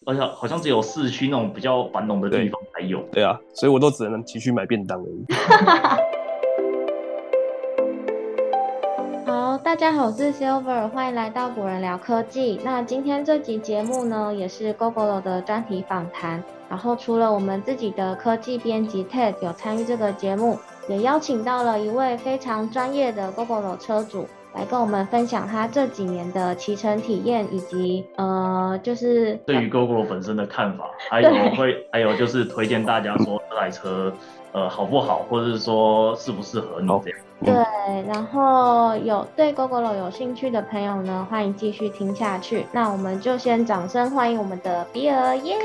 而且好像只有市区那种比较繁荣的地对方才有。 对啊，所以我都只能骑去买便当而已。 好，大家好，我是 Silver，欢迎来到古人聊科技。那今天这集节目呢，也是 Gogoro 的专题访谈。然后除了我们自己的科技编辑 Ted 有参与这个节目，也邀请到了一位非常专业的 Gogoro 车主来跟我们分享他这几年的骑乘体验，以及就是对于 GoGo 本身的看法， 对还有就是推荐大家说这台车好不好，或者是说适不适合你好， 这样。 对，然后有对 Gogoro 有兴趣的朋友呢，欢迎继续听下去。那我们就先掌声欢迎我们的比尔，耶！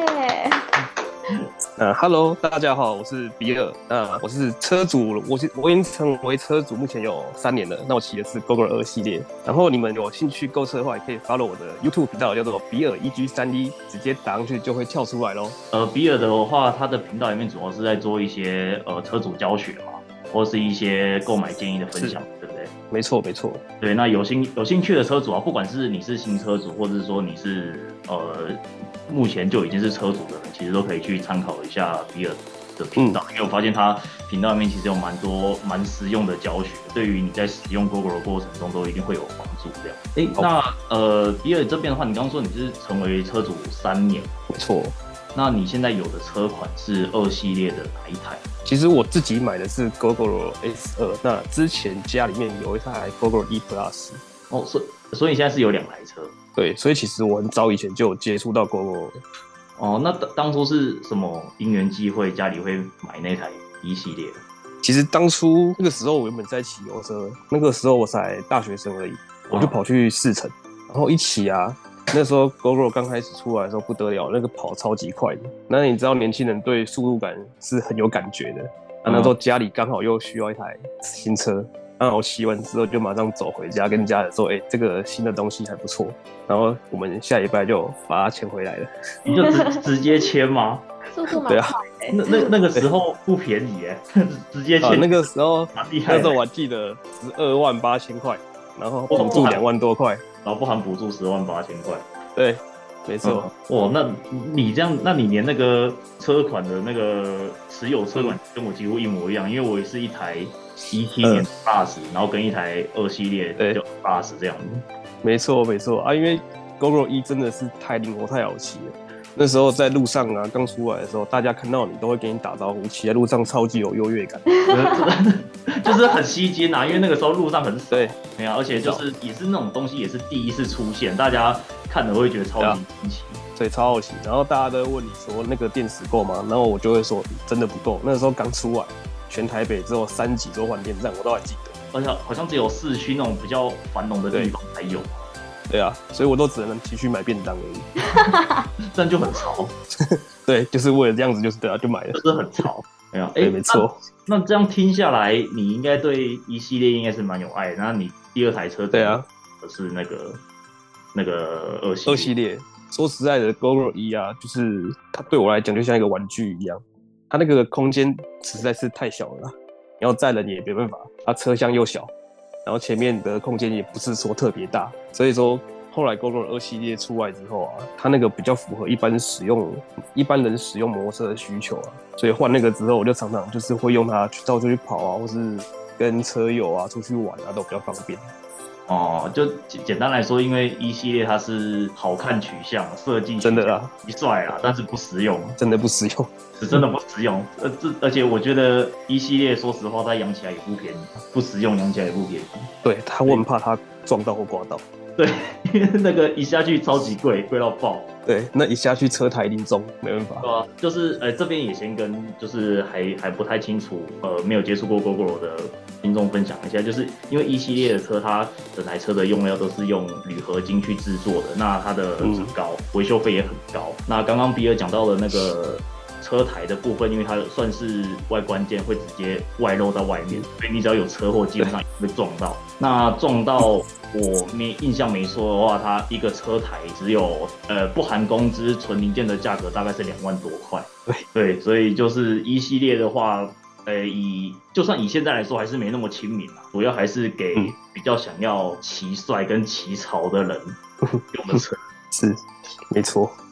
Hello，大家好，我是比尔。我是车主，我已经成为车主，目前有3年了。那我骑的是 GoGo 2系列。然后你们有兴趣购车的话，也可以 follow 我的 YouTube 频道，叫做比尔 EG31，直接打上去就会跳出来咯。 比尔的话，他的频道里面主要是在做一些车主教学嘛，或是一些购买建议的分享，对不对？ 没错，没错。 对，那有兴趣的车主啊，不管是你是新车主，或者是说你是目前就已经是车主的人，其实都可以去参考一下比尔的频道，因为我发现他频道里面其实有蛮多蛮实用的教学，对于你在使用 GoGo 的过程中都一定会有帮助。这样，那比尔这边的话，你刚刚说你是成为车主3年， 没错。 那你现在有的车款是2系列的哪一台？ 其实我自己买的是 GoGo S2，那之前家里面有一台 GoGo E Plus。 哦，所以你现在是有2台车。 对，所以其实我很早以前就有接触到 GoGo。 哦，那当初是什么因缘际会，家里会买那台1系列的？ 其实当初那个时候我原本在骑油车，那个时候我才大学生而已，我就跑去试乘，然后一骑啊，那时候 GoGo 刚开始出来的时候不得了，那个跑超级快的。那你知道年轻人对速度感是很有感觉的，那时候家里刚好又需要一台新车。我骑完之后就马上走回家，跟家人说：“这个新的东西还不错。”然后我们下礼拜就把它签回来了。 你就直接签吗？ 速度蛮快的。 那个时候不便宜耶，直接签。 那个时候蛮厉害。 那时候我还记得128000块，然后补助2万多块， 然后不含补助108000块。 对，没错。 那你这样，那你连那个车款的那个持有车款跟我几乎一模一样，因为我也是一台17年80，然后跟一台2系列就80这样子。 没错没错啊，因为 GoGo 1真的是太灵活太好骑了。那时候在路上啊，刚出来的时候，大家看到你都会给你打招呼，骑在路上超级有优越感， 就是很吸睛啊。因为那个时候路上很少， 对啊，而且就是也是那种东西也是第一次出现，大家看了会觉得超级新奇， 对，超好骑。然后大家都会问你说那个电池够吗？然后我就会说真的不够。那时候刚出来，全台北只有3几座换电站，我都还记得， 而且好像只有市区那种比较繁荣的地方才有。 对啊，所以我都只能骑去买便当而已。 这样就很潮。 对，就是为了这样子，就是对啊，就买了。 就是很潮。 对，没错。 那这样听下来，你应该对1系列应该是蛮有爱的。那你第2台车对啊， 是那个2 系列。说实在的 ，GoGo 1啊，就是它对我来讲就像一个玩具一样，它那个空间实在是太小了啦，你要载人也没办法，它车厢又小。然后前面的空间也不是说特别大，所以说后来 GoGo 2系列出来之后啊，它那个比较符合一般人使用摩托车的需求啊，所以换那个之后，我就常常就是会用它到处去跑啊，或是跟车友啊出去玩啊，都比较方便。 就简单来说，因为1系列它是好看取向，设计真的啦， 帅啦，但是不实用， 真的不实用， 是真的不实用。而且我觉得1系列，说实话，它养起来也不便宜，不实用养起来也不便宜。 对，我很怕它撞到或刮到。 对，因为那个一下去超级贵，贵到爆。 对，那一下去车台一定中，没办法。 对啊，就是这边也先跟就是还不太清楚没有接触过 GoGo 的听众分享一下，就是因为1系列的车，它整台车的用料都是用铝合金去制作的，那它的很高，维修费也很高。那刚刚比尔讲到的那个车台的部分，因为它算是外观件会直接外露到外面，所以你只要有车祸，基本上也会撞到。那撞到我印象没错的话，它一个车台只有不含工资纯零件的价格大概是2万多块。对，所以就是1系列的话，就算以现在来说，还是没那么亲民啦，主要还是给比较想要骑帅跟骑潮的人用的车。 是，没错。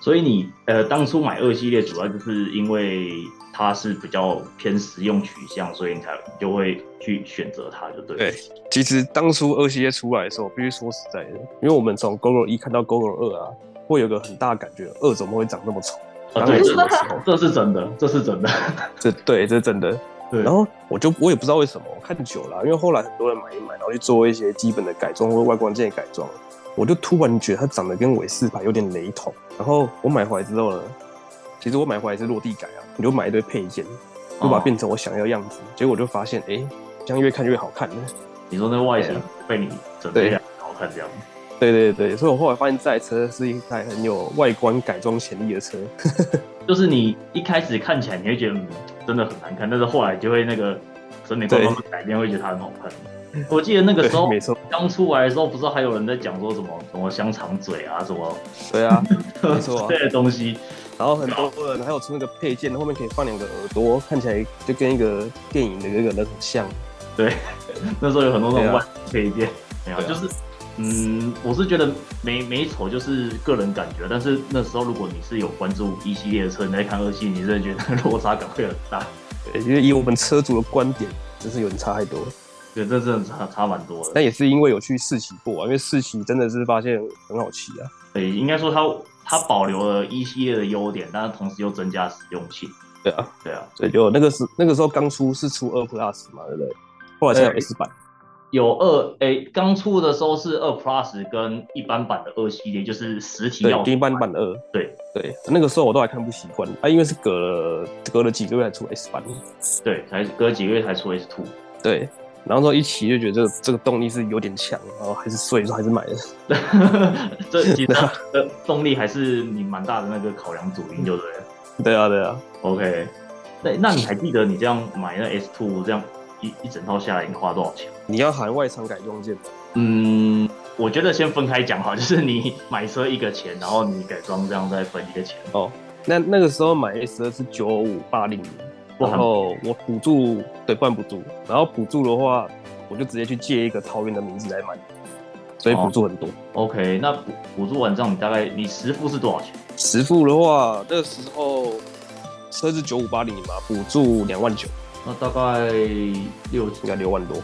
所以你当初买2系列主要就是因为它是比较偏实用取向，所以你就会去选择它，就对了。 对，其实当初2系列出来的时候，必须说实在的，因为我们从 GoGo 1看到 GoGo 2啊，会有个很大的感觉，2怎么会长那么丑？ 对， 这是真的，这是真的。 这是真的。 对， 然后我也不知道为什么，我看久了，因为后来很多人买一买，然后去做一些基本的改装或外观件的改装，我就突然觉得它长得跟韦4牌有点雷同。然后我买回来之后呢，其实我买回来是落地改啊，我就买一堆配件，就把它变成我想要的样子。结果我就发现，这样越看越好看了。 你说那外形被你整得很好看这样。 对，所以我后来发现这台车是一台很有外观改装潜力的车。 就是你一开始看起来你会觉得真的很难看，但是后来就会那个审美观慢慢改变，会觉得它很好看。我记得那个时候刚出来的时候，不是还有人在讲说什么香肠嘴啊什么？ 对啊，没错啊， 这些东西。 然后很多人还有出那个配件，后面可以放2个耳朵，看起来就跟一个电影的那个人很像。 对，那时候有很多那种外配件，没有，就是。我是觉得美丑就是个人感觉，但是那时候如果你是有关注1系列的车，你在看2系列，你真的觉得落差感会很大。 对，因为以我们车主的观点，真是有点差太多。 对，这真的差蛮多的。 但也是因为有去试骑过啊，因为试骑真的是发现很好骑啊。 对，应该说它保留了1系列的优点，但是同时又增加实用性。 对啊，所以就那个时候刚出是出2 Plus 嘛，对不对？后来才有 S 版。 有刚出的时候是2 Plus 跟一般版的2系列，就是实体要对，一般版的2。对，那个时候我都还看不习惯因为是隔了几个月才出 S 版。 对，才隔几个月才出 S2。 对，然后说一骑就觉得这个动力是有点强，然后还是所以说还是买了。 这其实动力还是你蛮大的那个考量主因，就对了。 对啊。 OK， 那你还记得你这样买那 S2 这样一整套下来，你花多少钱？ 你要含外场改装件吗？ 我觉得先分开讲好，就是你买车一个钱，然后你改装这样再分一个钱。 哦，那个时候买 S2是9580，然后我补助不含补助，然后补助的话，我就直接去借一个桃园的名字来买，所以补助很多。 OK， 那补助完这样，你实付是多少钱？ 实付的话，那个时候车是9580嘛，补助29000。 那大概应该6万多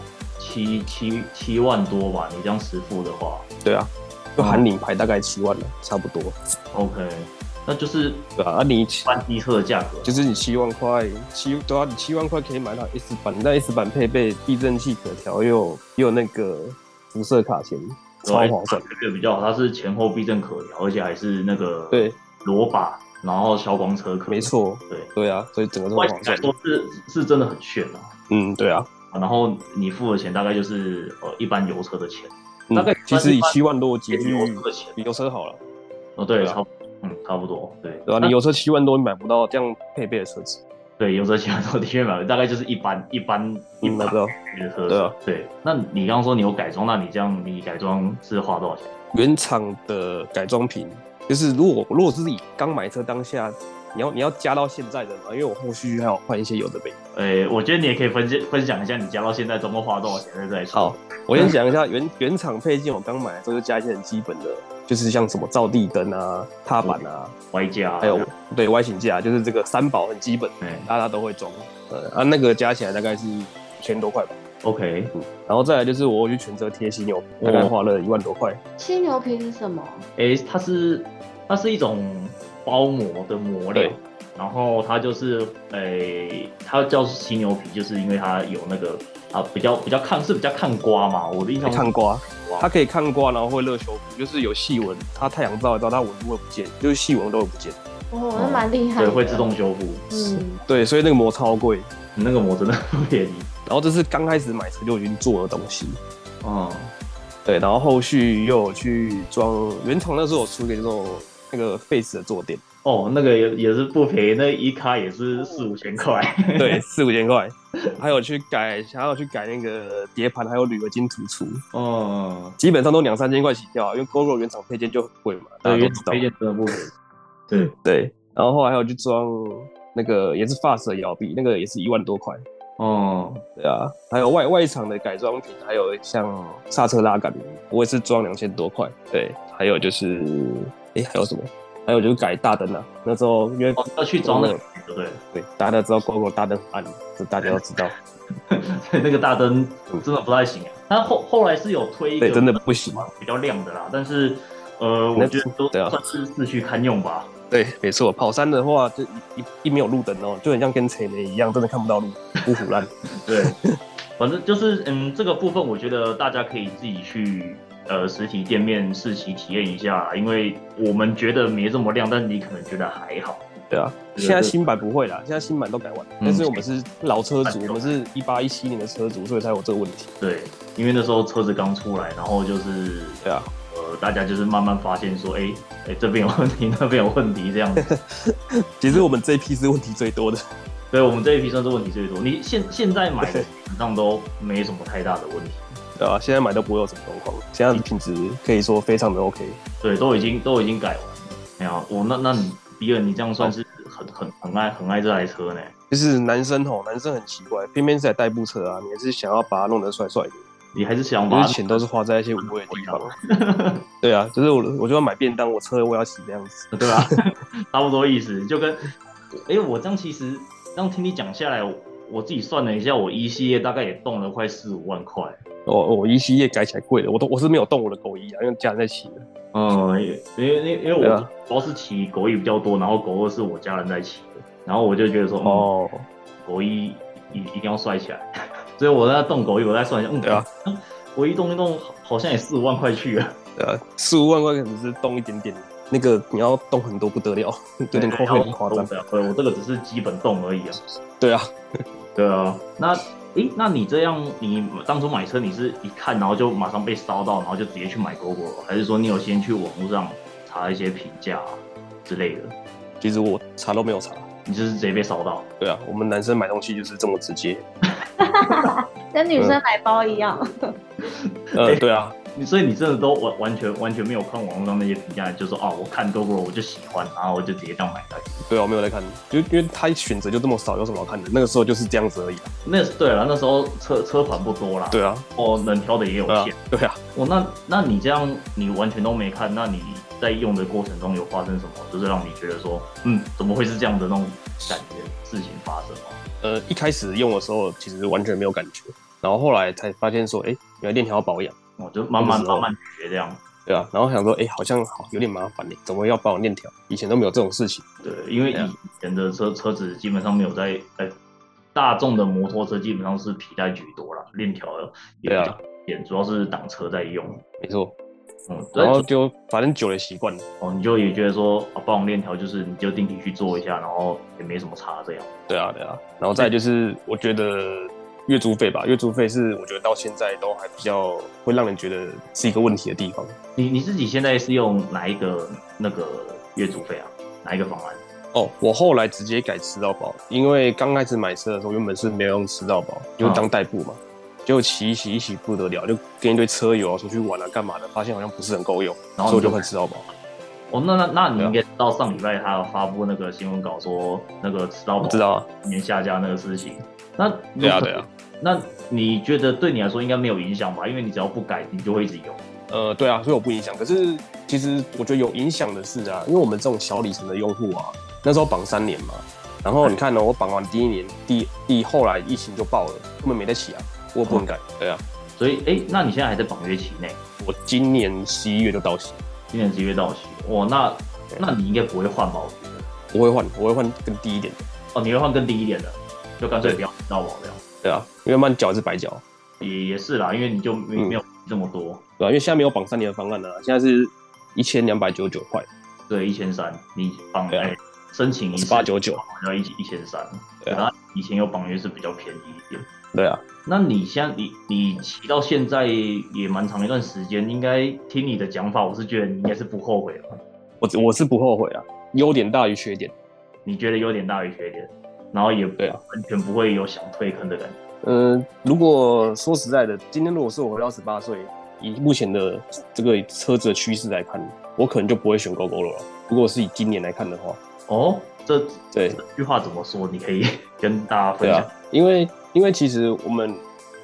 ，7万多吧。你这样实付的话， 对啊，就含领牌大概7万了，差不多。 OK， 那就是对啊，你搬机车的价格， 就是你7万块，你7万块可以买到 S 版，那 S 版配备避震器可调，又有那个辐射卡钳，超划算。 这个比较好，它是前后避震可调，而且还是那个螺把。然后消光车壳， 没错，对啊，所以整个都很划算。 是真的很炫啊。 对啊。 然后你付的钱大概就是一般油车的钱， 大概其实以7万多集油车的钱， 比油车好了。 对，差不多，对啊，你油车7万多，你买不到这样配备的车子。 对，油车7万多的确买不到，大概就是一般的车。对。那你刚刚说你有改装，那你这样你改装是花多少钱？ 原厂的改装品。就是如果是以刚买车当下，你要加到现在的嘛，因为我后续还要换一些有的没。 我觉得你也可以分享一下你加到现在总共花多少钱在这里。 好，我先讲一下原厂配件，我刚买的时候就加一些很基本的，就是像什么照地灯啊、踏板啊、 Y 架， 还有Y型架，就是这个3宝很基本，大家都会装。那个加起来大概是1000多块吧。 OK， 然后再来就是我去全车贴犀牛皮，大概花了1万多块。 犀牛皮是什么？ 它是一种包膜的膜料，然后它就是它叫犀牛皮，就是因为它有那个比较抗刮嘛。我的印象抗刮，它可以抗刮，然后会热修复，就是有细纹，它太阳照一照，它纹路会不见，就是细纹都会不见。 那蛮厉害的。 对，会自动修复。 对，所以那个膜超贵， 那个膜真的不便宜。 然后这是刚开始买车就已经做的东西。对，然后后续又有去装原厂那时候有出一个这种那个 Face 的坐垫。 那个也是不便宜，那一卡也是4-5千块。 对，4-5千块。还有去改那个碟盘，还有铝合金突出。基本上都2-3千块起跳，因为 GoGo 原厂配件就很贵嘛，大家都知道。 配件真的不便宜。 对，然后后来还有去装那个也是 Fast 的摇臂，那个也是1万多块。对啊，还有外场的改装品，还有像刹车拉杆，我也是装2000多块。对，还有就是，还有什么？ 还有就是改大灯啊，那时候因为要去装那个，对不对？ 对，大家都知道 GoGo 大灯很暗，这大家都知道。 所以那个大灯真的不太行。他后来是有推一个， 对，真的不行， 比较亮的啦。但是我觉得都算是市区堪用吧。 对，没错。跑山的话，就一没有路灯哦，就很像跟车雷一样，真的看不到路，不腐烂。 对，反正就是这个部分我觉得大家可以自己去实体店面试骑体验一下，因为我们觉得没这么亮，但你可能觉得还好。 对啊，现在新版不会啦，现在新版都改完，但是我们是老车主，我们是18、17年的车主，所以才有这个问题。 对，因为那时候车子刚出来，然后就是对啊， 大家就是慢慢发现说，这边有问题，那边有问题这样子。 其实我们这一批是问题最多的。 对，我们这一批算是问题最多。你现在买的基本上都没什么太大的问题。 对啊，现在买都不会有什么状况，现在品质可以说非常的 OK。 对，都已经改完了。哎呀，那你比尔，你这样算是很爱这台车呢？ 就是男生很奇怪，偏偏是台代步车啊，你还是想要把它弄得帅帅的。 你还是想把钱都是花在一些无谓的地方。对啊，就是我就要买便当，我车我要骑这样子。 对啊，差不多意思，就跟我这样其实这样听你讲下来，我自己算了一下，我1系列大概也动了快4、5万块。 我1系列改起来贵的，我是没有动我的狗1啊，因为家人在骑的。 因为我主要是骑狗1比较多，然后狗2是我家人在骑的，然后我就觉得说，狗1一定要帅起来，所以我在动狗1，我在算一下，对啊，狗1动一动好像也4、5万块去了。 对啊，4、5万块可能是动一点点，那个你要动很多不得了，有点夸张。 对，我这个只是基本动而已啊。 对啊， 对啊，那你这样，你当初买车你是一看然后就马上被烧到，然后就直接去买 GoGo， 还是说你有先去网络上查一些评价之类的？ 其实我查都没有查， 你就是直接被烧到。 对啊，我们男生买东西就是这么直接， 跟女生买包一样。 对啊。 所以你真的都完全没有看网络上那些评价，就说我看 GoGo 我就喜欢，然后我就直接这样买下去。 对啊，我没有在看，因为他选择就这么少，有什么好看的？那个时候就是这样子而已啊。 对了，那时候车款不多啦。 对啊。 能挑的也有限。 对啊。 那你这样你完全都没看，那你在用的过程中有发生什么，就是让你觉得说，怎么会是这样的那种感觉事情发生吗？ 一开始用的时候其实完全没有感觉，然后后来才发现说，原来链条要保养。 就慢慢学这样。 对啊，然后想说，好像有点麻烦怎么要保养链条？以前都没有这种事情。 对，因为以前的车子基本上没有在大众的摩托车基本上是皮带居多啦，链条也比较简，主要是挡车在用。 没错。然后就反正久了习惯了。 你就也觉得说保养链条就是你就定期去做一下，然后也没什么差这样。 对啊，然后再就是我觉得月租费吧，月租费是我觉得到现在都还比较会让人觉得是一个问题的地方。 你自己现在是用哪一个那个月租费啊？哪一个方案？ 我后来直接改吃到饱，因为刚开始买车的时候原本是没有用吃到饱，就当代步嘛，结果骑一骑不得了，就跟一堆车友出去玩啊干嘛的，发现好像不是很够用，然后所以我就换吃到饱。 那你应该知道上礼拜他有发布那个新闻稿说那个吃到饱知道今年下架那个事情。 对啊。 那你觉得对你来说应该没有影响吧？因为你只要不改，你就会一直用。 对啊，所以我不影响。可是其实我觉得有影响的是啊，因为我们这种小里程的用户啊，那时候绑3年嘛，然后你看我绑完第1年，后来疫情就爆了，根本没得骑啊，我不能改。对啊。 所以那你现在还在绑约期内？ 我今年11月就到期。 今年11月到期。那你应该不会换吧？我觉得我会换更低一点的。 你会换更低一点的，就干脆不要吃到饱这样。 对啊，因为慢缴是白缴。 也是啦，因为你就没有这么多。 对啊，因为现在没有绑3年的方案了，现在是1299块。 对，1300，你绑申请一次 1899， 要1300。对啊，然后以前有绑约是比较便宜一点。 对啊。 那你现在你骑到现在也蛮长一段时间，应该听你的讲法，我是觉得你应该是不后悔吧？ 我是不后悔啊，优点大于缺点。 你觉得优点大于缺点，然后也完全不会有想退坑的感觉。 如果说实在的，今天如果是我回到18岁，以目前的这个车子的趋势来看，我可能就不会选 GoGo 了。如果是以今年来看的话。 这句话怎么说？你可以跟大家分享。 对啊，因为其实我们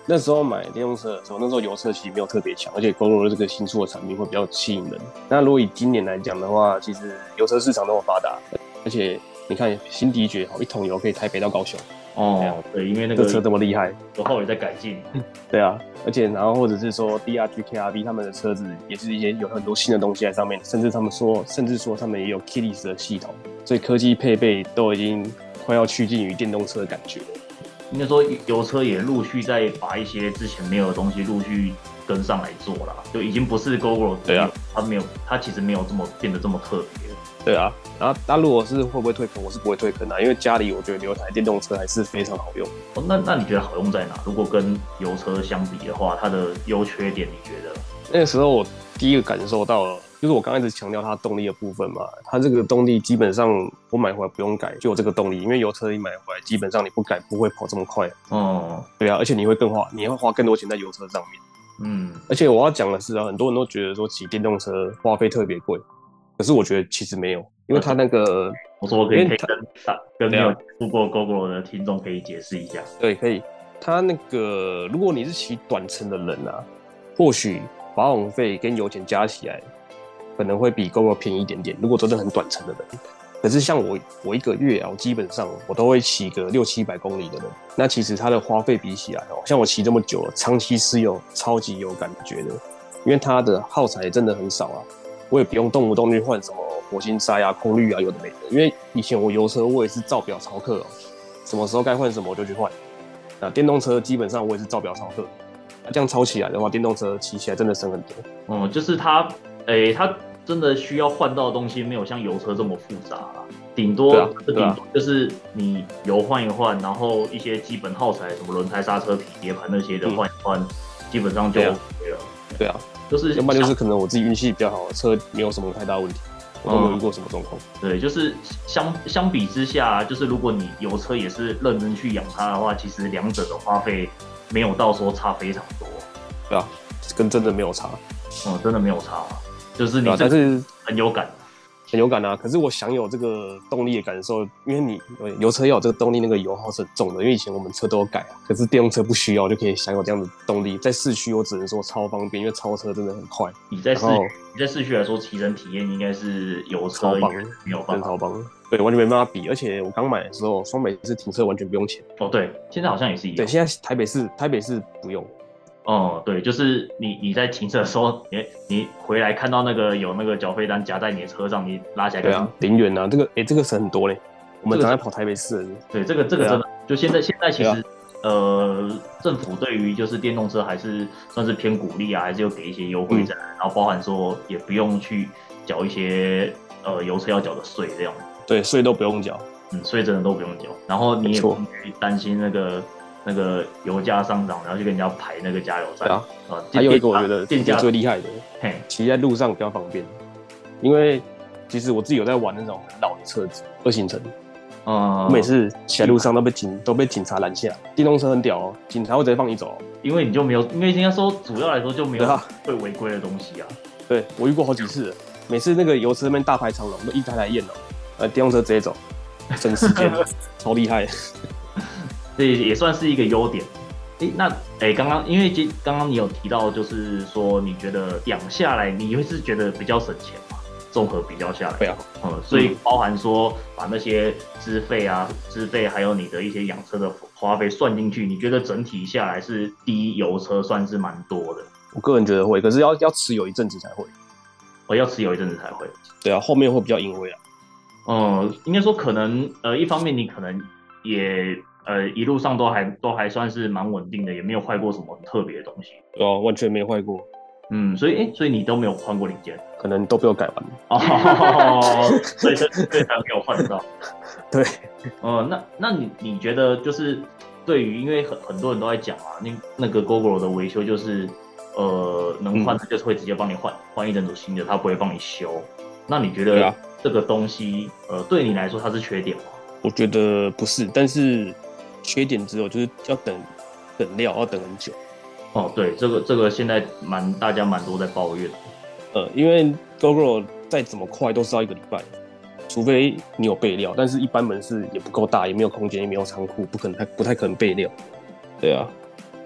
那时候买电动车的时候，那时候油车其实没有特别强，而且 Gogoro 这个新出的产品会比较吸引人。那如果以今年来讲的话，其实油车市场那么发达，而且你看新迪爵一桶油可以台北到高雄。 对，因为那个车这么厉害， 油耗也在改进。 对啊，而且然后或者是说 DRG、KRV 他们的车子也是一些有很多新的东西在上面，甚至说他们也有 Keyless 的系统，所以科技配备都已经快要趋近于电动车的感觉了。 应该说油车也陆续在把一些之前没有的东西陆续跟上来做了，就已经不是 Gogoro 对啊， 它其实没有变得这么特别。 对啊，然后如果是会不会退坑，我是不会退坑的，因为家里我觉得留台电动车还是非常好用。 那你觉得好用在哪？如果跟油车相比的话，它的优缺点你觉得？ 那个时候我第一个感受到了，就是我刚开始强调它动力的部分嘛，它这个动力基本上我买回来不用改就有这个动力，因为油车你买回来基本上你不改不会跑这么快。对啊，而且你会花更多钱在油车上面。而且我要讲的是啊，很多人都觉得说骑电动车花费特别贵。可是我觉得其实没有，因为它那个， 我说可以跟没有出过 Gogoro 的听众可以解释一下。 对，可以。它那个，如果你是骑短程的人啊，或许保养费跟油钱加起来可能会比 Gogoro 便宜一点点。如果真的很短程的人，可是像我一个月啊，基本上我都会骑个600-700公里的人，那其实它的花费比起来哦，像我骑这么久了，长期持有超级有感觉的，因为它的耗材真的很少啊。我也不用动不动去换什么活性塞啊、空滤啊，有的没的。因为以前我油车我也是照表操课什么时候该换什么我就去换。那电动车基本上我也是照表操课。这样操起来的话，电动车骑起来真的省很多。 就是它真的需要换到的东西没有像油车这么复杂啦，顶多就是你油换一换，然后一些基本耗材，什么轮胎、刹车皮、碟盘那些的换一换，基本上就 OK 了。 对啊。 就是要不然就是可能我自己运气比较好，车没有什么太大问题，我都没有遇过什么状况。 对，就是相比之下，就是如果你油车也是认真去养它的话，其实两者的花费没有到说差非常多。 对啊，跟真的没有差。 真的没有差，就是你但是很有感。 很有感啊！可是我享有这个动力的感受，因为你油车要有这个动力，那个油耗是很重的。因为以前我们车都有改啊，可是电动车不需要，就可以享有这样的动力。在市区我只能说超方便，因为超车真的很快。 你在市区来说，骑乘体验应该是油车超棒， 没有办法， 超棒。对，完全没办法比。而且我刚买的时候，双北市停车完全不用钱。 对，现在好像也是一样。 对，现在台北市不用。 对，就是你在停车的时候，你回来看到有那个缴费单夹在你的车上，你拉起来。 对啊，0元啊，这个省很多嘞。我们常在跑台北市。 对，这个真的，就现在其实政府对于就是电动车还是算是偏鼓励啊，还是有给一些优惠在，然后包含说也不用去缴一些油车要缴的税这样。对， 税都不用缴。 税真的都不用缴，然后你也不用去担心那个油价上涨，然后去跟人家排那个加油站。 还有一个我觉得电价最厉害的，骑在路上比较方便。因为其实我自己有在玩那种很老的车子，2行程。我每次骑在路上都被警察拦下。电动车很屌哦，警察会直接放你走。 因为你就没有，因为应该说主要来说就没有会违规的东西啊。 对，我遇过好几次了，每次那个油车那边大排长龙，都一台验电动车直接走，省时间，超厉害。 这也算是一个优点。刚刚因为刚刚你有提到，就是说你觉得养下来，你会是觉得比较省钱嘛？综合比较下来， 对啊， 所以包含说把那些资费还有你的一些养车的花费算进去，你觉得整体下来是低油车算是蛮多的？ 我个人觉得会，可是要持有一阵子才会。 要持有一阵子才会。 对啊，后面会比较隐晦啊。 应该说可能一方面你可能也。一路上都还算是蛮稳定的，也没有坏过什么很特别的东西。 完全没坏过。 所以你都没有换过零件， 可能都被我改完了。 所以才没有换到。 对。 那你觉得就是对于，因为很多人都在讲啊，那个 Gogoro 的维修就是能换就是会直接帮你换一整组新的，他不会帮你修。那你觉得这个东西对你来说它是缺点吗？ 我觉得不是，但是缺点只有就是要等料，要等很久。 对，这个现在大家蛮多在抱怨。 因为 Gogoro 再怎么快都是要1个礼拜，除非你有备料，但是一般门市也不够大，也没有空间，也没有仓库，不太可能备料。对啊。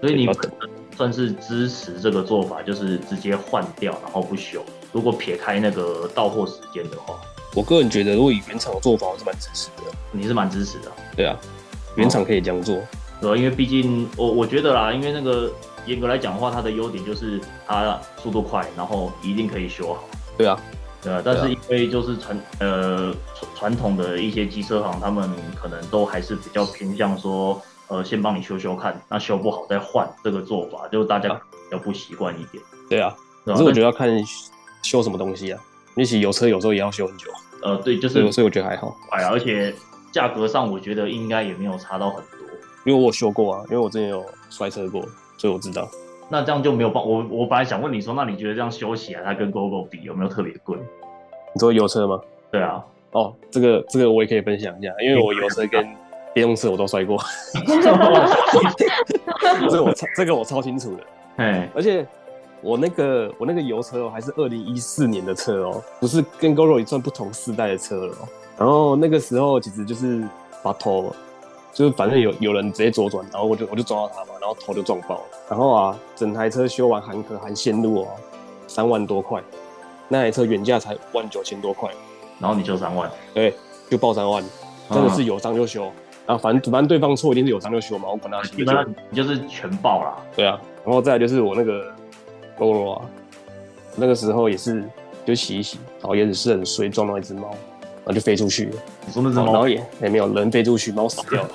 所以你可能算是支持这个做法，就是直接换掉然后不修。如果撇开那个到货时间的话， 我个人觉得，如果以原厂的做法，我是蛮支持的。 你是蛮支持的。 对啊，原厂可以这样做。 对啊，因为毕竟我觉得啦，因为那个严格来讲的话，它的优点就是它速度快，然后一定可以修好。 对啊， 对啊，但是因为就是传统的一些机车行，他们可能都还是比较偏向说，先帮你修修看，那修不好再换这个做法，就大家比较不习惯一点。 对啊，可是我觉得要看修什么东西啊。你洗油车有时候也要修很久。 对，就是所以我觉得还好。 而且价格上我觉得应该也没有差到很多。 因为我有修过啊，因为我之前有摔车过，所以我知道。 那这样就没有办法。我本来想问你说，那你觉得这样修起来，它跟 GoGo 比有没有特别贵？ 你说油车吗？ 对啊。 哦，这个我也可以分享一下，因为我油车跟电动车我都摔过，这个我超清楚的。而且我那个油车还是2014年的车哦，不是跟 GoGo 也算不同世代的车了哦。然后那个时候其实就是把头，就是反正有人直接左转，然后我就撞到他嘛，然后头就撞爆了。然后啊，整台车修完含壳含线路哦，3万多块，那台车原价才19000多块， 然后你修3万， 对，就报3万，真的是有伤就修。啊，反正对方错一定是有伤就修嘛，我管他。 基本上你就是全爆啦。 对啊，然后再来就是我那个 GoGo 啊，那个时候也是就洗一洗，然后也是很衰，撞到一只猫，然后就飞出去了。 你说那只猫？ 然后也没有人飞出去，猫死掉了。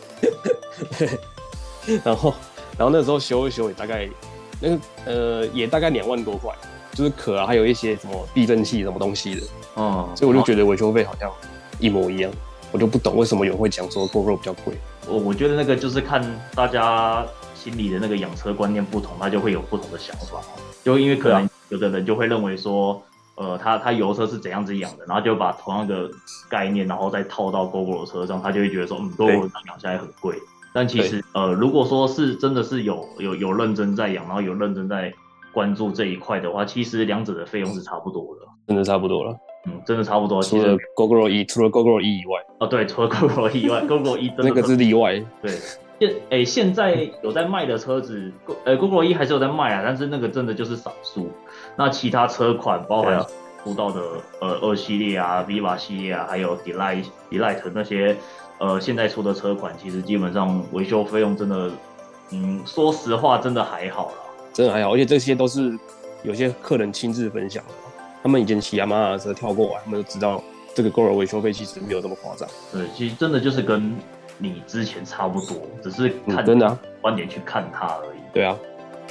然后那时候修一修也大概也大概2万多块，就是壳啊，还有一些什么避震器什么东西的。所以我就觉得维修费好像一模一样。我就不懂为什么有人会讲说 GoGo 比较贵。 我觉得那个就是看大家心里的那个养车观念不同，他就会有不同的想法。就因为可能有的人就会认为说，他油车是怎样子养的，然后就把同样的概念，然后再套到 GoGo 的车上，他就会觉得说，GoGo 养下来很贵。但其实如果说是真的是有认真在养，然后有认真在关注这一块的话，其实两者的费用是差不多的。 真的差不多了。 真的差不多。 除了 GoGo E 以外， 对，除了 GoGo E 以外，GoGo E 真的那个是例外。 对，现在有在卖的车子，GoGo E 还是有在卖啊，但是那个真的就是少数。那其他车款，包含出道的2系列啊、Viva 系列啊，还有 Delight 那些现在出的车款，其实基本上维修费用真的，说实话真的还好啦， 真的还好，而且这些都是有些客人亲自分享的。他们以前骑雅马哈的车跳过来，他们就知道这个 GoGo 维修费其实没有这么夸张。 对，其实真的就是跟你之前差不多，只是看真的观点去看它而已。 对啊。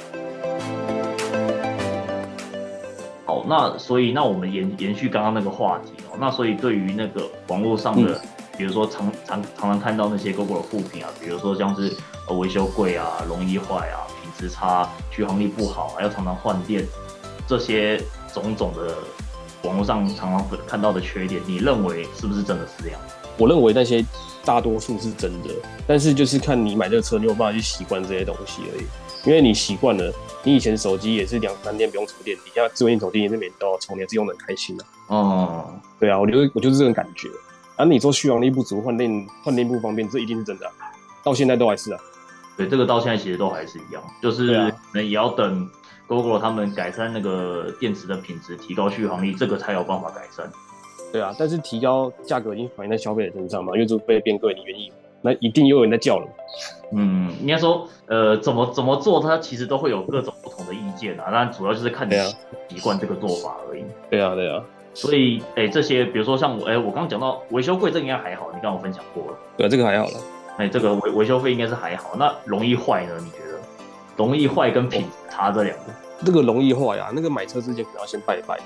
好，那所以我们延续刚刚那个话题哦。那所以对于那个网络上的，比如说常看到那些 GoGo 的负评啊，比如说像是维修贵啊、容易坏啊、品质差、续航力不好，还要常常换电，这些种种的网络上常常看到的缺点，你认为是不是真的是这样？ 我认为那些大多数是真的，但是就是看你买这个车，你有办法去习惯这些东西而已。因为你习惯了，你以前手机也是2-3天不用充电，你现在智慧型手机也是每天都要充电，是用得很开心啊。对啊，我就是这种感觉。啊，你说续航力不足、换电不方便，这一定是真的啊，到现在都还是啊。 对，这个到现在其实都还是一样，就是可能也要等 GoGo 他们改善那个电池的品质，提高续航力，这个才有办法改善。 对啊，但是提高价格已经反映在消费者身上嘛，因为这费变贵，你愿意，那一定又有人在叫了。 应该说，怎么做，它其实都会有各种不同的意见啊。但主要就是看你习惯这个做法而已。 对啊。 所以，这些比如说像我刚刚讲到维修贵，这个应该还好，你刚刚分享过了。 对啊，这个还好了。 这个维修费应该是还好。那容易坏呢？你觉得容易坏跟品质差这两个？ 这个容易坏啊，那个买车之前可能要先拜拜。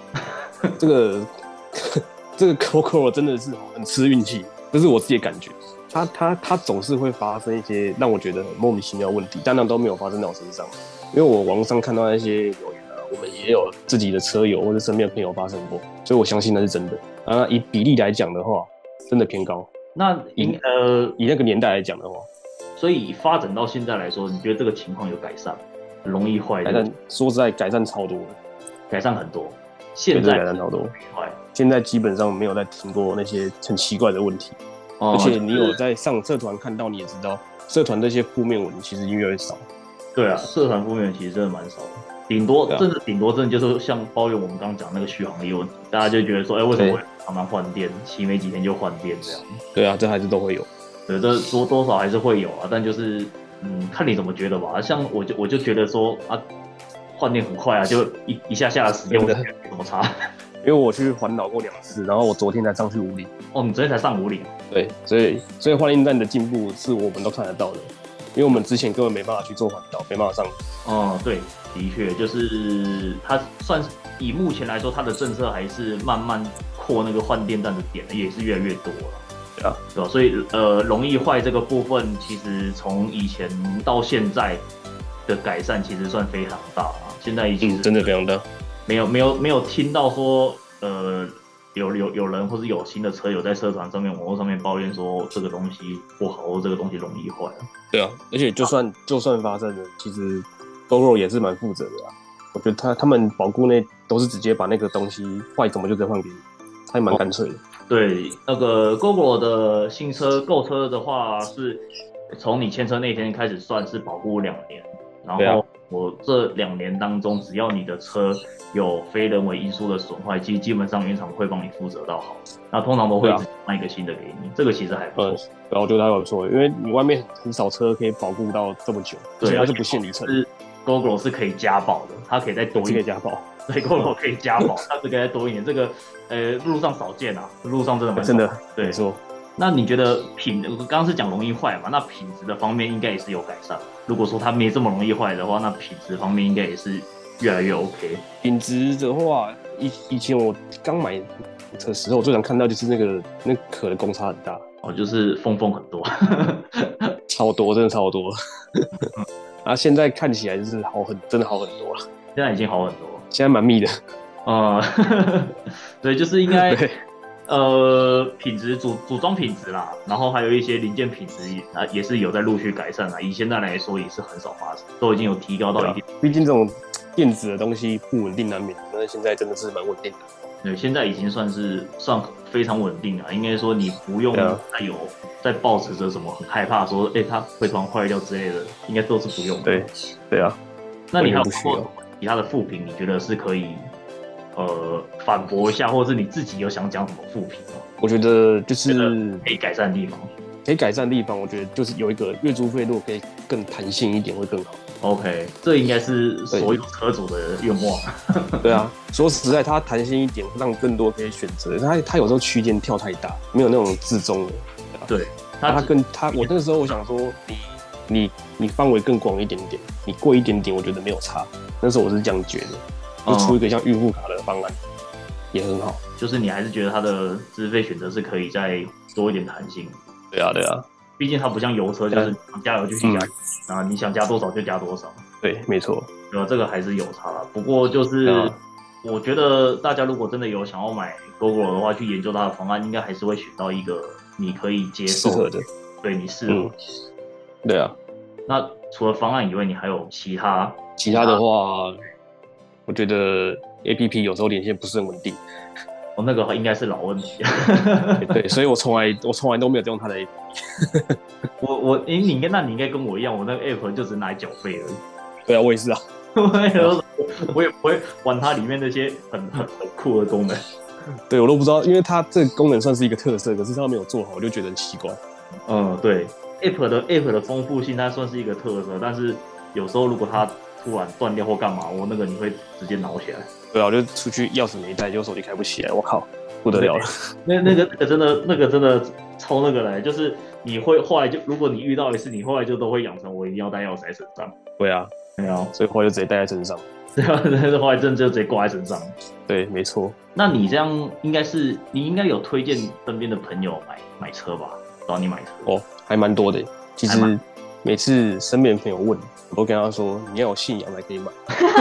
这个 GoGo 真的是很吃运气，这是我自己的感觉。它总是会发生一些让我觉得很莫名其妙的问题，但那都没有发生在我身上。因为我网络上看到那些留言啊，我们也有自己的车友或者身边的朋友发生过，所以我相信那是真的。啊，以比例来讲的话，真的偏高。 那以那个年代来讲的话， 所以发展到现在来说，你觉得这个情况有改善？容易坏的？ 改善，说实在，改善超多了， 改善很多。现在改善超多，现在基本上没有再听过那些很奇怪的问题。而且你有在上社团看到，你也知道，社团这些负面文其实越来越少。 对啊，社团负面其实真的蛮少的，顶多真的就是像抱怨我们刚刚讲那个续航力问题，大家就觉得说，为什么我常常换电，骑没几天就换电这样？ 对啊，这还是都会有。 对，这多少还是会有啊，但就是看你怎么觉得吧。像我就觉得说啊，换电很快啊，就一下的时间，我觉得没什么差。 因为我去环岛过2次，然后我昨天才上去50。 哦，你昨天才上50？ 对，所以换电站的进步是我们都看得到的，因为我们之前根本没办法去做环岛，没办法上。 哦，对，的确，就是它算是以目前来说，它的政策还是慢慢扩那个换电站的点，也是越来越多了。 对啊， 对吧？所以容易坏这个部分，其实从以前到现在的改善，其实算非常大啊。现在已经真的非常大。 没有听到说有人或是有新的车友在社团上面、网络上面抱怨说这个东西不好，或这个东西容易坏。 对啊，而且就算发生了，其实 GoGo 也是蛮负责的啊。我觉得他们保固内都是直接把那个东西坏怎么就直接换给你，还蛮干脆的。 对，那个 GoGo 的新车购车的话，是从你签车那天开始算是保固2年，然后我这2年当中，只要你的车有非人为因素的损坏，基本上原厂会帮你负责到好，那通常都会卖一个新的给你，这个其实还不错。 然后我觉得还不错，因为你外面很少车可以保固到这么久， 对， 它是不限里程。 GoGo 是可以加保的，它可以再多一点。 可以加保。 对 ，GoGo 可以加保，它是可以再多一点。这个路上少见啊，路上真的蛮少。 真的， 对。 没错。 那你觉得刚刚是讲容易坏嘛？那品质的方面应该也是有改善。如果说它没这么容易坏的话，那品质方面应该也是越来越 OK。 品质的话，以前我刚买的时候，我最常看到就是那壳的公差很大。 哦，就是缝很多， 超多，真的超多。啊，现在看起来就是真的好很多了。 现在已经好很多， 现在蛮密的。 对，就是应该品质组装品质啦，然后还有一些零件品质也是有在陆续改善啦。以现在来说也是很少发生，都已经有提高到一定。 毕竟这种电子的东西不稳定难免，但是现在真的是蛮稳定的。 对，现在已经算非常稳定了。应该说你不用再抱持着什么很害怕说，它会突然坏掉之类的，应该都是不用的。 对啊。 那你还有其他的负评，你觉得是可以反驳一下，或者是你自己有想讲什么负评吗？ 我觉得就是可以改善的地方。 可以改善的地方，我觉得就是有一个月租费，如果可以更弹性一点会更好。 OK， 这应该是所有车主的愿望。 对啊，说实在，它弹性一点，让更多可以选择。它有时候区间跳太大，没有那种自重的。 对， 我那个时候我想说，你范围更广一点点，你贵一点点，我觉得没有差。那时候我是这样觉得，就出一个像预付卡的方案，也很好。 就是你还是觉得它的资费选择是可以再多一点弹性。 对啊， 毕竟它不像油车，就是你加油就去加油，然后你想加多少就加多少。 对，没错。 对吧？这个还是有差啦。不过就是我觉得大家如果真的有想要买 GoGo 的话，去研究它的方案，应该还是会选到一个你可以接受的， 对你适合。 对啊。 那除了方案以外，你还有其他的话，我觉得 APP 有时候连线不是很稳定。 那个应该是老问题。 对，所以我从来都没有用它的 APP。 你应该跟我一样，我那个 APP 就只拿来缴费而已。 对啊，我也是啊。 我也不会玩它里面那些很酷的功能。 对，我都不知道，因为它这个功能算是一个特色，可是它没有做好，我就觉得很奇怪。 对 ，App 的丰富性它算是一个特色，但是有时候如果它突然断掉或干嘛，那个你会直接挠起来。对啊，我就出去钥匙没带，就手机开不起来，我靠，不得了了。 那个真的超那个嘞，就是你会后来如果你遇到一次，你后来就都会养成我一定要带钥匙在身上。 对啊，所以后来就直接带在身上。 对啊，后来真的就直接挂在身上。 对，没错。 那你这样你应该有推荐身边的朋友买车吧？找你买车还蛮多的。其实每次身边的朋友问，我都跟他说你要有信仰才可以买。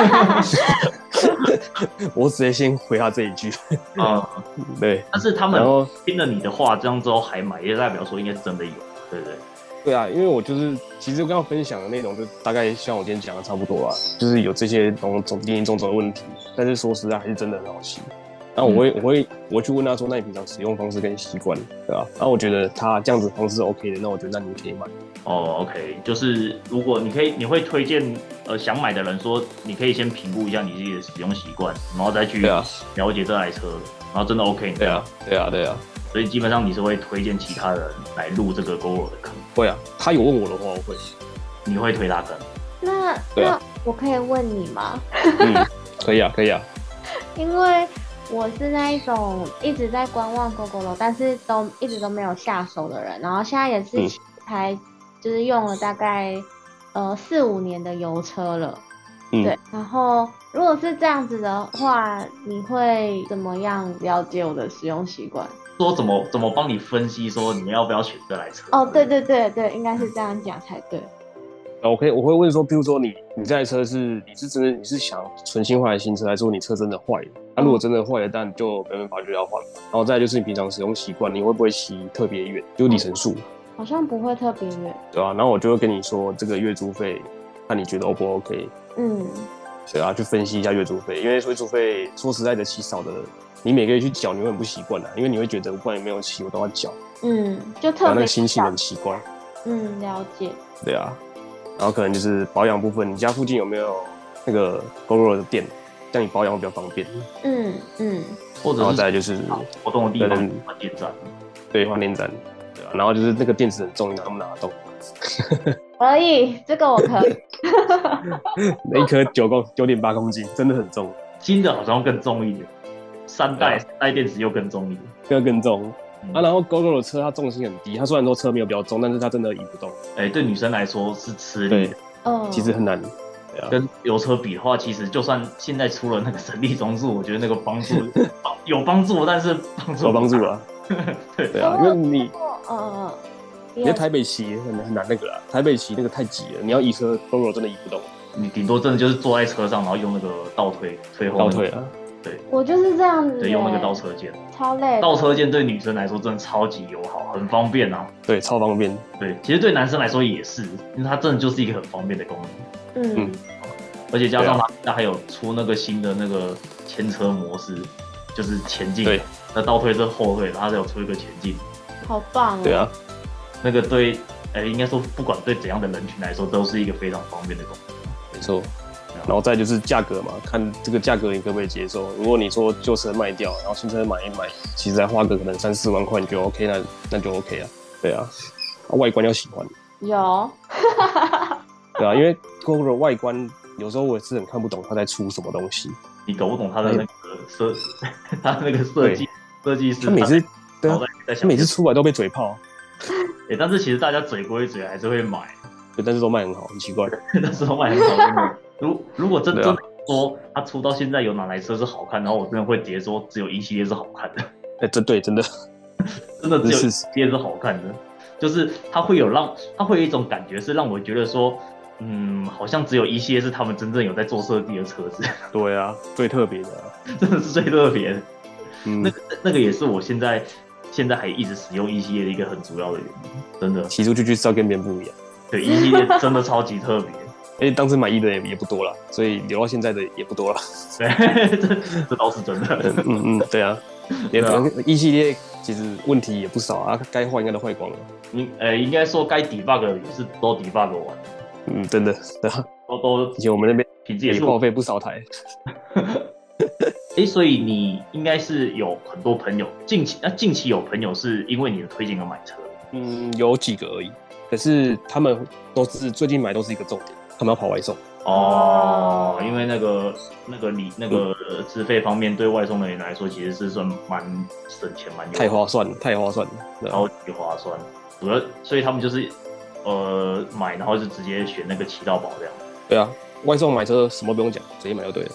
我直接先回他这一句。对。 但是他们听了你的话，这样之后还买，也代表说应该是真的有，对不对？ 对啊，因为我其实我刚刚分享的内容就大概像我今天讲的差不多啦，就是有这些林林总总的问题，但是说实在还是真的很好骑。 然后我会去问他说，那你平常使用方式跟习惯，对吧？然后我觉得他这样子方式 OK 的，那我觉得那你可以买。 哦，OK，就是如果你会推荐想买的人说，你可以先评估一下你自己的使用习惯，然后再去了解这台车，然后真的 OK， 对啊。 所以基本上你是会推荐其他人来入这个 GoGo 的坑。 会啊，他有问我的话，我会。 你会推他坑？ 那我可以问你吗？ 可以啊。 因为我是那一种一直在观望 GoGo 但是一直都没有下手的人，然后现在也是才就是用了大概4-5年的油车了，对。然后如果是这样子的话，你会怎么样了解我的使用习惯？ 说怎么帮你分析说你要不要选这台车？ 哦，对，应该是这样讲才对。 我会问说，比如说你这台车你是想纯新换的新车，还是说你车真的坏了？那如果真的坏了，但就没办法就要换。然后再来就是你平常使用习惯，你会不会骑特别远？就里程数？ 好像不会特别远。 对啊，然后我就会跟你说这个月租费，看你觉得 O 不 OK？对啊，去分析一下月租费，因为月租费说实在的，骑少的，你每个月去缴，你会很不习惯的，因为你会觉得不管有没有骑，我都要缴。 就特别那个心情很奇怪。 了解。 对啊。然后可能就是保养部分，你家附近有没有那个 GoGo 的店，这样你保养会比较方便。 或者是然后再来就是活动的地方换电站。 对，换电站。对啊。然后就是那个电池很重，你拿不拿得动？ 可以，这个我可以。 那一颗9.8公斤，真的很重。 新的好像更重一点，3代电池又更重一点， 更重。然后 GoGo 的车它重心很低，它虽然说车没有比较重，但是它真的移不动。 对女生来说是吃力的， 其实很难。对啊。 跟油车比的话，其实就算现在出了那个神力中柱，我觉得那个帮助有帮助，但是有帮助啊。对啊，因为你在台北骑很难那个啦，台北骑那个太挤了，你要移车 GoGo 真的移不动。 你顶多真的就是坐在车上，然后用那个倒推后。倒退啊。 对，我就是这样子。 对，用那个倒车键， 超累。 倒车键对女生来说真的超级友好，很方便啊。 对，超方便。 对，其实对男生来说也是，因为它真的就是一个很方便的功能。而且加上它还有出那个新的那个牵车模式，就是前进。对。那倒退是后退，它还有出一个前进。 好棒哦。 对啊。 那个对，应该说不管对怎样的人群来说，都是一个非常方便的功能。 没错。然后再就是价格嘛，看这个价格你可不可以接受。如果你说旧车卖掉，然后新车买一买，其实再花个可能3-4万块，你就 OK， 那就 OK 啊。对啊。外观要喜欢。 有。 对啊，因为 GoGo 的外观有时候我也是很看不懂它在出什么东西。 你搞不懂它的那个设计师。 他每次出来都被嘴炮。 但是其实大家嘴归嘴还是会买。 对，但是都卖很好，很奇怪。 但是都卖很好。如果真的说它出到现在有哪台车是好看，然后我真的会直接说只有1系列是好看的。 真的。真的只有1系列是好看的，就是它会有一种感觉是让我觉得说，好像只有1系列是他们真正有在做设计的车子。 对啊，最特别的真的是最特别的。那个也是我现在还一直使用1系列的一个很主要的原因，真的。 骑出去就是要跟别人不一样。 对，1系列真的超级特别。 当时买1的也不多了，所以留到现在的也不多了。 对，这倒是真的。 对啊。1系列其实问题也不少啊，该换应该都换光了。 应该说该 debug 也是都 debug 完。 真的。对啊。以前我们那边品质也是报废不少台。 所以你应该是有很多朋友，近期有朋友是因为你的推荐而买车。 有几个而已，可是他们都是最近买都是一个重点，他们要跑外送。 因为那个资费方面对外送人员来说其实是算蛮省钱蛮太划算了， 超级划算。主要所以他们就是买，然后就直接选那个骑到宝这样。 对啊，外送买车什么不用讲，直接买就对了。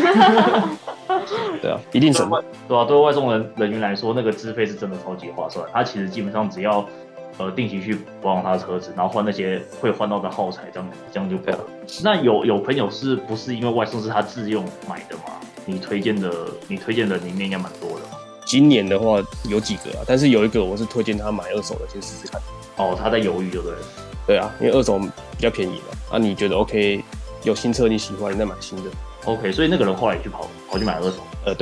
对啊，一定省。 对啊，对外送人员来说，那个资费是真的超级划算。他其实基本上只要定期去保养他的车子，然后换那些会换到的耗材，这样就够了。那有朋友是不是因为外送是他自用买的吗？你推荐的里面应该蛮多的。 今年的话有几个啊，但是有一个我是推荐他买二手的，先试试看。 他在犹豫就对了。 对啊，因为二手比较便宜嘛。你觉得 OK？有新车你喜欢，你再买新的。 OK， 所以那个人后来也跑去买二手。 对。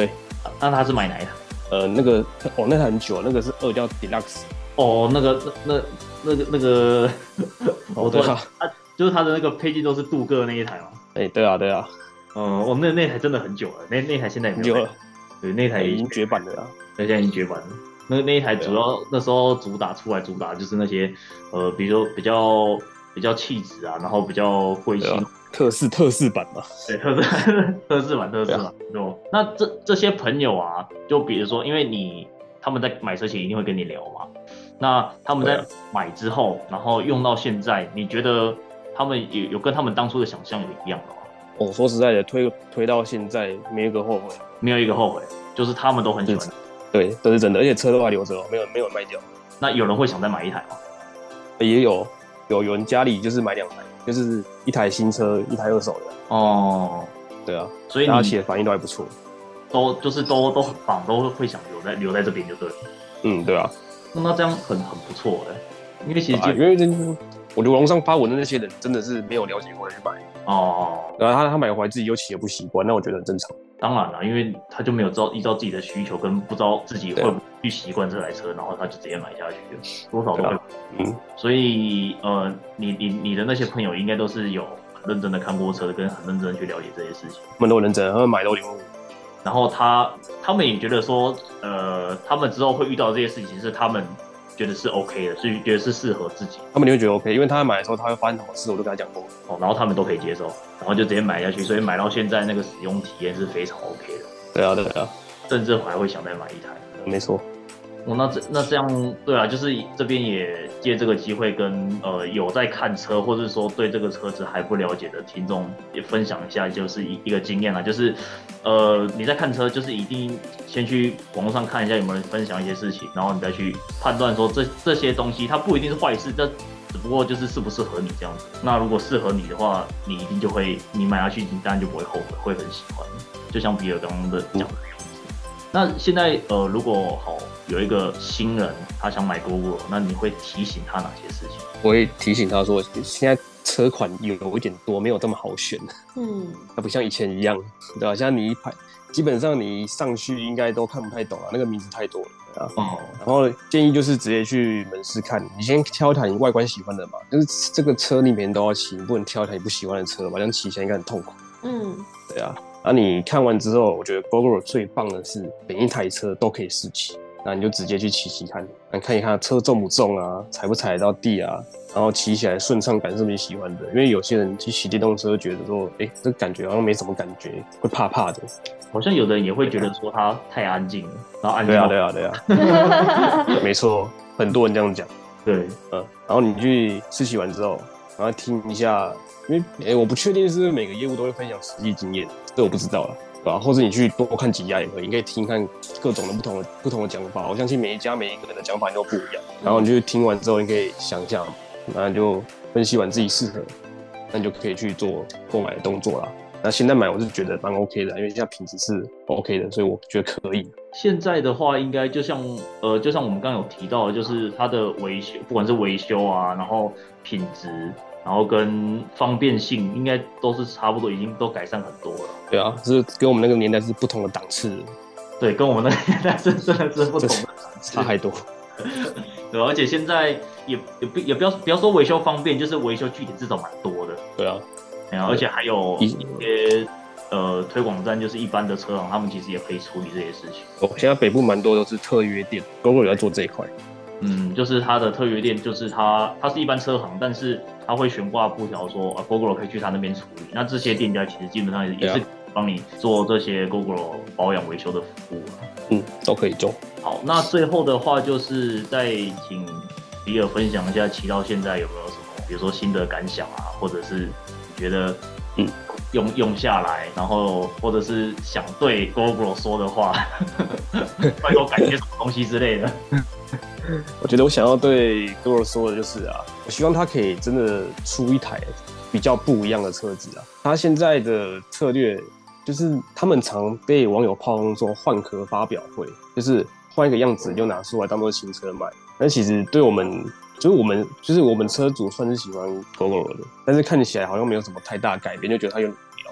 那他是买哪一台？ 那个那台很久，那个是2叫 Deluxe。 哦，那个，我对啊， 就是他的那个配件都是镀铬那一台嘛。 对啊。 那台真的很久了，那台现在也没有了。对，那台已经绝版了啦。 现在已经绝版了。那一台主要那时候主打就是那些比如说比较气质啊，然后比较贵气。 特仕版嘛。 对，特仕版。对，那这些朋友啊，就比如说，因为他们在买车前一定会跟你聊嘛。那他们在买之后，然后用到现在，你觉得他们有跟他们当初的想象有一样的吗？ 说实在的，推到现在没有一个后悔。 没有一个后悔，就是他们都很喜欢。 对，这是真的，而且车都还留着没有卖掉。 那有人会想再买一台吗？ 也有人家里就是买2台，就是一台新车，一台二手的。 哦， 对啊， 所以大家写的反应都还不错， 都很棒，都会想留在这边就对了。 对啊。 那这样很不错因为其实因为我觉得网络上发文的那些人真的是没有了解过来去买。然后他买回来自己又骑得不习惯，那我觉得很正常。 当然了，因为他就没有依照自己的需求跟不知道自己会不会去习惯这台车，然后他就直接买下去了，多少都会。所以你的那些朋友应该都是有很认真的看过车，跟很认真的去了解这些事情。 他们都认真，他们买都领悟。 然后他们也觉得说，他们之后会遇到这些事情是他们觉得是 OK 的，所以觉得是适合自己。 他们就会觉得 OK， 因为他买的时候他会发生什么事，我都跟他讲过。 然后他们都可以接受，然后就直接买下去，所以买到现在那个使用体验是非常 OK 的。 对啊， 甚至还会想再买一台。 没错。 那这样对啊，就是这边也借这个机会跟有在看车，或者说对这个车子还不了解的听众也分享一下，就是一个经验啦，就是你在看车，就是一定先去网络上看一下有没有人分享一些事情，然后你再去判断说这些东西它不一定是坏事，这只不过就是适不适合你这样子。那如果适合你的话，你一定你买下去，你当然就不会后悔，会很喜欢。就像比尔刚刚的讲的样子。那现在如果有一个新人他想买 Gogoro， 那你会提醒他哪些事情？ 我会提醒他说，现在车款有一点多，没有这么好选。它不像以前一样，对吧？像你一排，基本上你上去应该都看不太懂啊，那个名字太多了。然后建议就是直接去门市看，你先挑一台你外观喜欢的嘛，就是这个车你每天都要骑，你不能挑一台你不喜欢的车嘛，这样骑起来应该很痛苦。对啊。那你看完之后，我觉得 Gogoro 最棒的是每一台车都可以试骑，那你就直接去骑看，看一看车重不重啊，踩不踩得到地啊，然后骑起来顺畅感是不是你喜欢的？因为有些人去骑电动车觉得说，这感觉好像没什么感觉，会怕怕的。 好像有的人也会觉得说它太安静了，然后安静。 对啊，没错，很多人这样讲。 对， 然后你去试骑完之后，然后听一下。因为我不确定是不是每个业务都会分享实际经验，这我不知道了，对吧？或者你去多看几家也可以，你可以听看各种的不同的讲法。我相信每一个人的讲法都不一样。然后你就听完之后，你可以想一下，然后就分析完自己适合，那你就可以去做购买的动作啦。那现在买我是觉得蛮 OK 的，因为现在品质是 OK 的，所以我觉得可以。 现在的话，应该就像我们刚刚有提到的，就是它的维修，不管是维修啊，然后品质。然后跟方便性应该都是差不多，已经都改善很多了。 对啊，是跟我们那个年代是不同的档次的。 对，跟我们那个年代真的是不同的档次， 差太多。 对，而且现在也不要说维修方便，就是维修据点至少蛮多的。 对啊， 而且还有一些推广站，就是一般的车行，他们其实也可以处理这些事情。 现在北部蛮多都是特约店 ，Gogoro 有在做这一块。 就是它的特约店，就是它是一般车行，但是它会悬挂布条说Gogoro 可以去他那边处理。那这些店家其实基本上也是帮你做这些 Gogoro 保养维修的服务。 都可以做。好， 那最后的话就是再请比尔分享一下骑到现在有没有什么，比如说新的感想啊，或者是你觉得用下来，然后或者是想对 Gogoro 说的话，会有感觉什么东西之类的。 我觉得我想要对 Gogoro 说的就是我希望他可以真的出一台比较不一样的车子他现在的策略就是他们常被网友炮轰说换壳发表会，就是换一个样子就拿出来当做新车卖。但其实对我们我们车主算是喜欢 Gogoro 的，但是看起来好像没有什么太大改变，就觉得它有点无聊。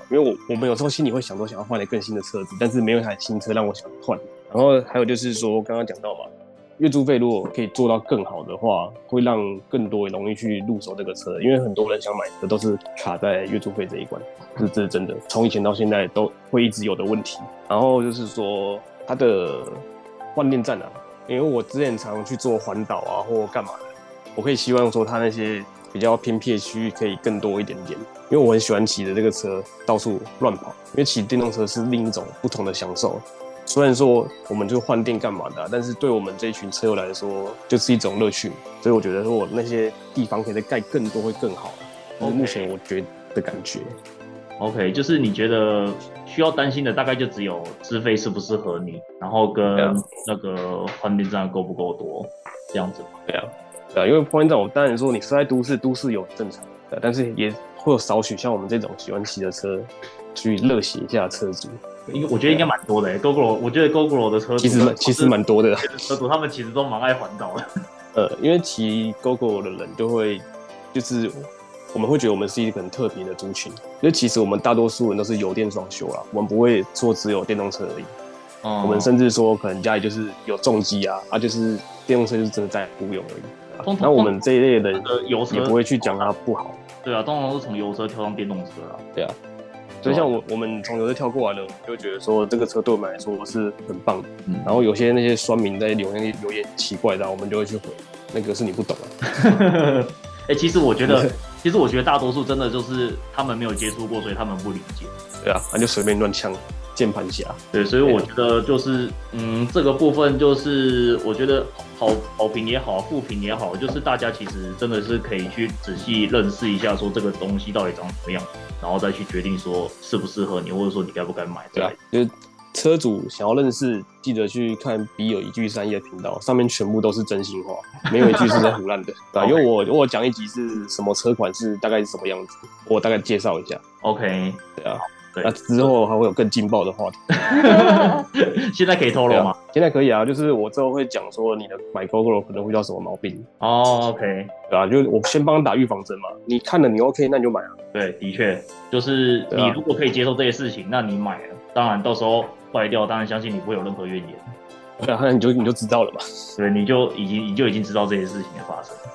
因为我们有时候心里会想说想要换一个更新的车子，但是没有一台新车让我想换。然后还有就是说刚刚讲到嘛，月租费如果可以做到更好的话，会让更多人容易去入手这个车，因为很多人想买的都是卡在月租费这一关，这是真的，从以前到现在都会一直有的问题。然后就是说它的换电站啊，因为我之前常去做环岛啊或干嘛的，我可以希望说它那些比较偏僻的区域可以更多一点点，因为我很喜欢骑着这个车到处乱跑，因为骑电动车是另一种不同的享受。虽然说我们就换电干嘛的但是对我们这一群车友来说就是一种乐趣，所以我觉得说我那些地方可以再盖更多会更好，这是目前我觉得的感觉。 OK， 就是你觉得需要担心的大概就只有资费适不适合你，然后跟那个换电站够不够多这样子。 对啊，因为换电站我当然说你是在都市有正常的，但是也会有少许像我们这种喜欢骑的车去热血一下车主。 因为我觉得应该蛮多的，GoGo， 我觉得 GoGo 的车主其实蛮多的， 车主他们其实都蛮爱环岛的。 因为骑 GoGo 的人就会，就是我们会觉得我们是一个很特别的族群，因为其实我们大多数人都是油电双修啦，我们不会说只有电动车而已。我们甚至说可能家里就是有重机啊，就是电动车就是真的在忽悠而已。那我们这一类的人也不会去讲它不好。 对啊，通常都是从油车跳上电动车啦。 对啊。所以像我们从油车跳过来了，我们就觉得说这个车对我们来说是很棒的。然后有些那些酸民在留言奇怪的，我们就会去回，那个是你不懂啊。 其实我觉得大多数真的就是他们没有接触过，所以他们不理解。 对啊，他就随便乱呛键盘侠。 对，所以我觉得就是这个部分就是我觉得好评也好，负评也好，就是大家其实真的是可以去仔细认识一下，说这个东西到底长什么样，然后再去决定说适不适合你，或者说你该不该买。 对啊，就是车主想要认识，记得去看比尔一句3亿的频道，上面全部都是真心话，没有一句是在胡乱的。对啊，因为我讲一集是什么车款是大概是什么样子，我大概介绍一下。 OK， 对啊。那之后还会有更劲爆的话题。 现在可以透露吗？ 现在可以啊，就是我之后会讲说你的买 GoGo 可能会遇到什么毛病。 OK， 对啊，就是我先帮你打预防针嘛，你看了你 OK， 那你就买啊。 对，的确，就是你如果可以接受这些事情，那你买了，当然到时候坏掉，当然相信你不会有任何怨言。 对啊，那你就知道了嘛。 对，你就已经知道这些事情的发生。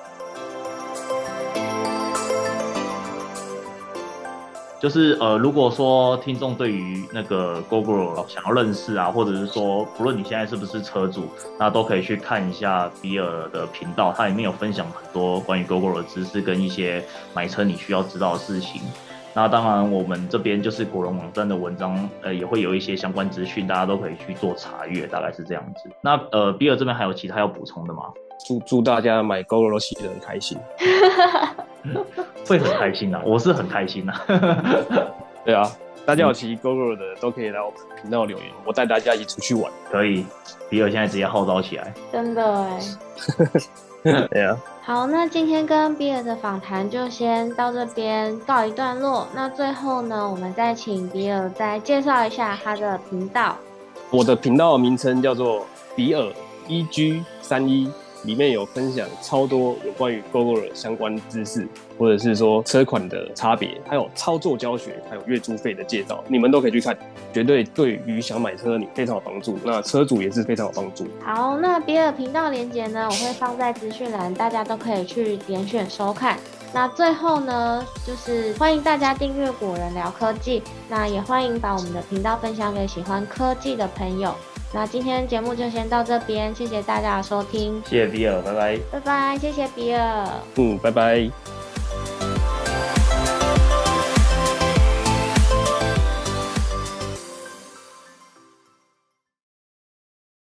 就是如果说听众对于那个 GoGo 想要认识啊，或者是说不论你现在是不是车主，那都可以去看一下比尔的频道，它里面有分享很多关于 GoGo 的知识跟一些买车你需要知道的事情。那当然我们这边就是果仁网站的文章也会有一些相关资讯，大家都可以去做查阅，大概是这样子。那比尔这边还有其他要补充的吗？ 祝大家买 GoGo 都骑得很开心。 会很开心啊，我是很开心啊。 对啊，大家有骑 GoGo 的都可以来我频道留言，我带大家一起出去玩。 可以，比尔现在直接号召起来。 真的对啊。 好，那今天跟比尔的访谈就先到这边告一段落。那最后呢，我们再请比尔再介绍一下他的频道。 我的频道名称叫做比尔1G31。里面有分享超多有关于 GoGo 的相关知识，或者是说车款的差别，还有操作教学，还有月租费的介绍，你们都可以去看，绝对对于想买车的你非常有帮助，那车主也是非常有帮助。 好，那比尔频道连结呢，我会放在资讯栏，大家都可以去点选收看。那最后呢，就是欢迎大家订阅果仁聊科技，那也欢迎把我们的频道分享给喜欢科技的朋友。那今天节目就先到这边，谢谢大家的收听， 谢谢比尔，拜拜， 拜拜，谢谢比尔， 拜拜。